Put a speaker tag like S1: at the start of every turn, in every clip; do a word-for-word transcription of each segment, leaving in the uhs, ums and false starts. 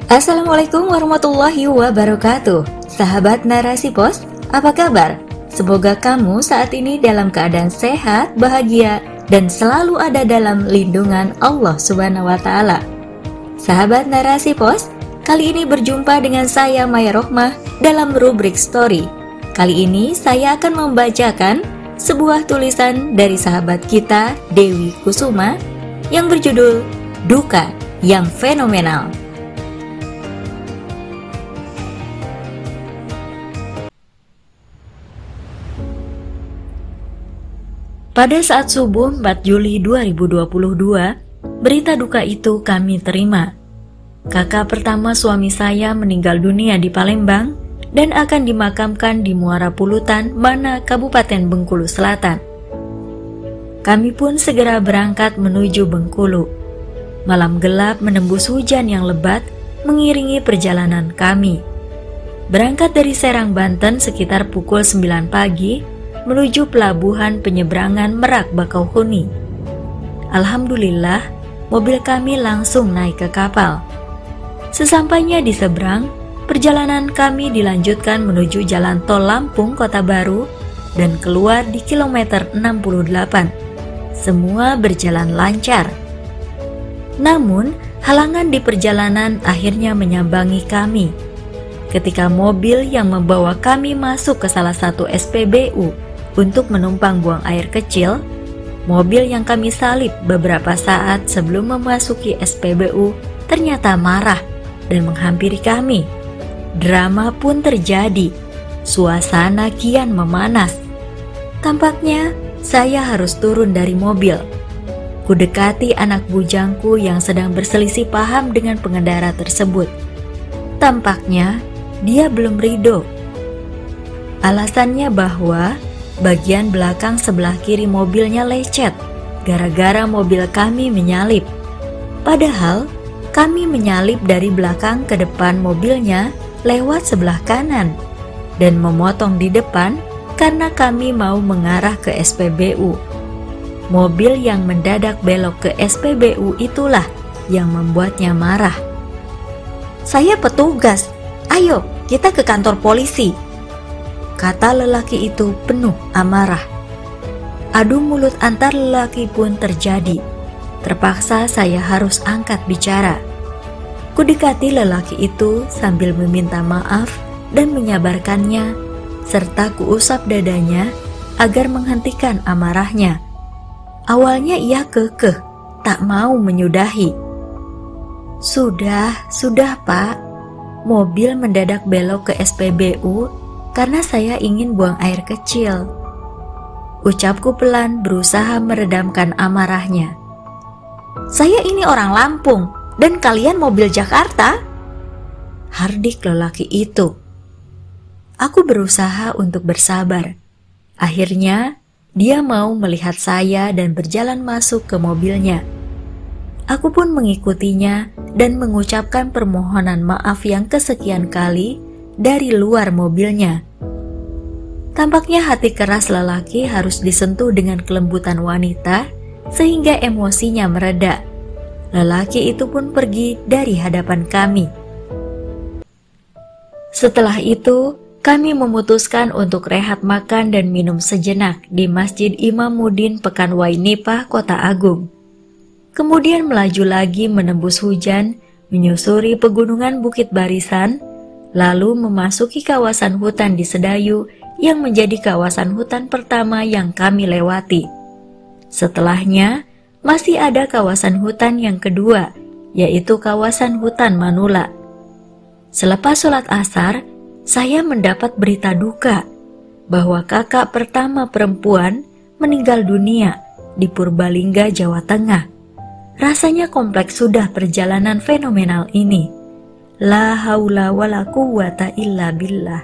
S1: Assalamualaikum warahmatullahi wabarakatuh. Sahabat Narasi Pos, apa kabar? Semoga kamu saat ini dalam keadaan sehat, bahagia, dan selalu ada dalam lindungan Allah Subhanahu wa Ta'ala. Sahabat Narasi Pos, kali ini berjumpa dengan saya Maya Rohmah dalam rubrik story. Kali ini saya akan membacakan sebuah tulisan dari sahabat kita Dewi Kusuma yang berjudul Duka yang Fenomenal. Pada saat subuh empat Juli dua ribu dua puluh dua, berita duka itu kami terima. Kakak pertama suami saya meninggal dunia di Palembang dan akan dimakamkan di Muara Pulutan, Mana, Kabupaten Bengkulu Selatan. Kami pun segera berangkat menuju Bengkulu. Malam gelap menembus hujan yang lebat mengiringi perjalanan kami. Berangkat dari Serang, Banten sekitar pukul sembilan pagi, menuju pelabuhan penyeberangan Merak Bakauheni. Alhamdulillah, mobil kami langsung naik ke kapal. Sesampainya di seberang, perjalanan kami dilanjutkan menuju Jalan Tol Lampung Kota Baru dan keluar di kilometer enam puluh delapan. Semua berjalan lancar. Namun, halangan di perjalanan akhirnya menyambangi kami. Ketika mobil yang membawa kami masuk ke salah satu S P B U untuk menumpang buang air kecil, mobil yang kami salib beberapa saat sebelum memasuki S P B U ternyata marah dan menghampiri kami. Drama pun terjadi, suasana kian memanas. Tampaknya saya harus turun dari mobil. Kudekati anak bujangku yang sedang berselisih paham dengan pengendara tersebut. Tampaknya dia belum ridho. Alasannya bahwa bagian belakang sebelah kiri mobilnya lecet gara-gara mobil kami menyalip. Padahal kami menyalip dari belakang ke depan mobilnya lewat sebelah kanan dan memotong di depan karena kami mau mengarah ke S P B U. Mobil yang mendadak belok ke S P B U itulah yang membuatnya marah. "Saya petugas, ayo kita ke kantor polisi," kata lelaki itu penuh amarah. Adu mulut antar lelaki pun terjadi. Terpaksa saya harus angkat bicara. Kudekati lelaki itu sambil meminta maaf dan menyabarkannya, serta kuusap dadanya agar menghentikan amarahnya. Awalnya ia kekeh, tak mau menyudahi. "Sudah, sudah Pak. Mobil mendadak belok ke S P B U karena saya ingin buang air kecil," ucapku pelan berusaha meredamkan amarahnya. "Saya ini orang Lampung dan kalian mobil Jakarta," hardik lelaki itu. Aku berusaha untuk bersabar. Akhirnya dia mau melihat saya dan berjalan masuk ke mobilnya. Aku pun mengikutinya dan mengucapkan permohonan maaf yang kesekian kali dari luar mobilnya. Tampaknya hati keras lelaki harus disentuh dengan kelembutan wanita sehingga emosinya mereda. Lelaki itu pun pergi dari hadapan kami. Setelah itu, kami memutuskan untuk rehat makan dan minum sejenak di Masjid Imamuddin Pekanwai Nipah, Kota Agung. Kemudian melaju lagi menembus hujan, menyusuri pegunungan Bukit Barisan, lalu memasuki kawasan hutan di Sedayu yang menjadi kawasan hutan pertama yang kami lewati. Setelahnya, masih ada kawasan hutan yang kedua, yaitu kawasan hutan Manula. Selepas sholat asar, saya mendapat berita duka bahwa kakak pertama perempuan meninggal dunia di Purbalingga, Jawa Tengah. Rasanya kompleks sudah perjalanan fenomenal ini. La haula wala quwata illa billah.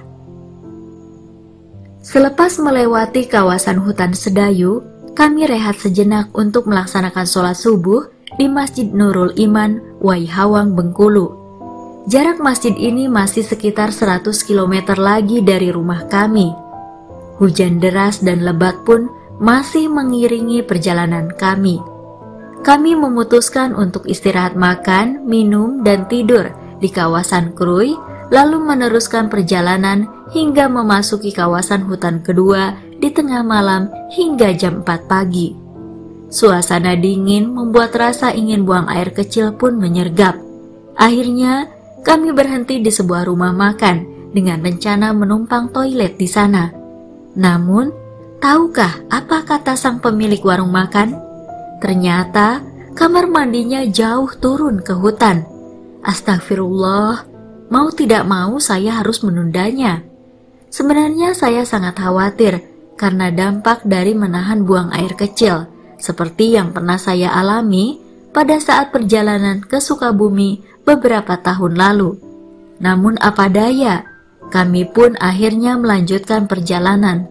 S1: Selepas melewati kawasan hutan Sedayu, kami rehat sejenak untuk melaksanakan sholat subuh di Masjid Nurul Iman, Waihawang, Bengkulu. Jarak masjid ini masih sekitar seratus kilometer lagi dari rumah kami. Hujan deras dan lebat pun masih mengiringi perjalanan kami. Kami memutuskan untuk istirahat makan, minum, dan tidur di kawasan Krui, lalu meneruskan perjalanan hingga memasuki kawasan hutan kedua di tengah malam hingga jam empat pagi. Suasana dingin membuat rasa ingin buang air kecil pun menyergap. Akhirnya, kami berhenti di sebuah rumah makan dengan rencana menumpang toilet di sana. Namun, tahukah apa kata sang pemilik warung makan? Ternyata, kamar mandinya jauh turun ke hutan. Astagfirullah, mau tidak mau saya harus menundanya. Sebenarnya saya sangat khawatir karena dampak dari menahan buang air kecil, seperti yang pernah saya alami pada saat perjalanan ke Sukabumi beberapa tahun lalu. Namun apa daya, kami pun akhirnya melanjutkan perjalanan.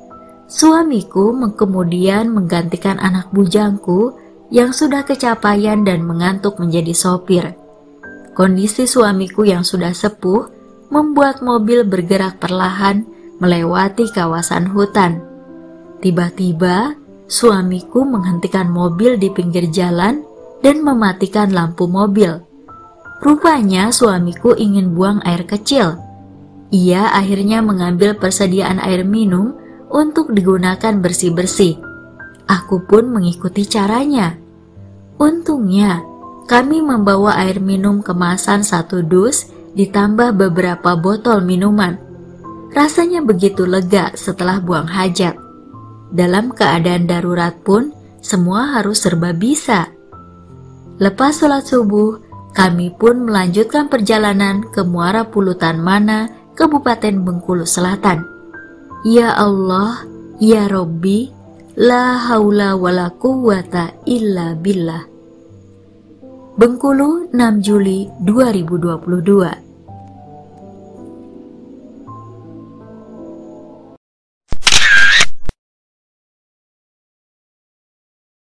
S1: Suamiku kemudian menggantikan anak bujangku yang sudah kecapaian dan mengantuk menjadi sopir. Kondisi suamiku yang sudah sepuh membuat mobil bergerak perlahan melewati kawasan hutan. Tiba-tiba, suamiku menghentikan mobil di pinggir jalan dan mematikan lampu mobil. Rupanya suamiku ingin buang air kecil. Ia akhirnya mengambil persediaan air minum untuk digunakan bersih-bersih. Aku pun mengikuti caranya. Untungnya, kami membawa air minum kemasan satu dus ditambah beberapa botol minuman. Rasanya begitu lega setelah buang hajat. Dalam keadaan darurat pun, semua harus serba bisa. Lepas sholat subuh, kami pun melanjutkan perjalanan ke Muara Pulutan Mana, Kabupaten Bengkulu Selatan. Ya Allah, ya Robbi, la haula wala quwata illa billah. Bengkulu, enam Juli dua ribu dua puluh dua.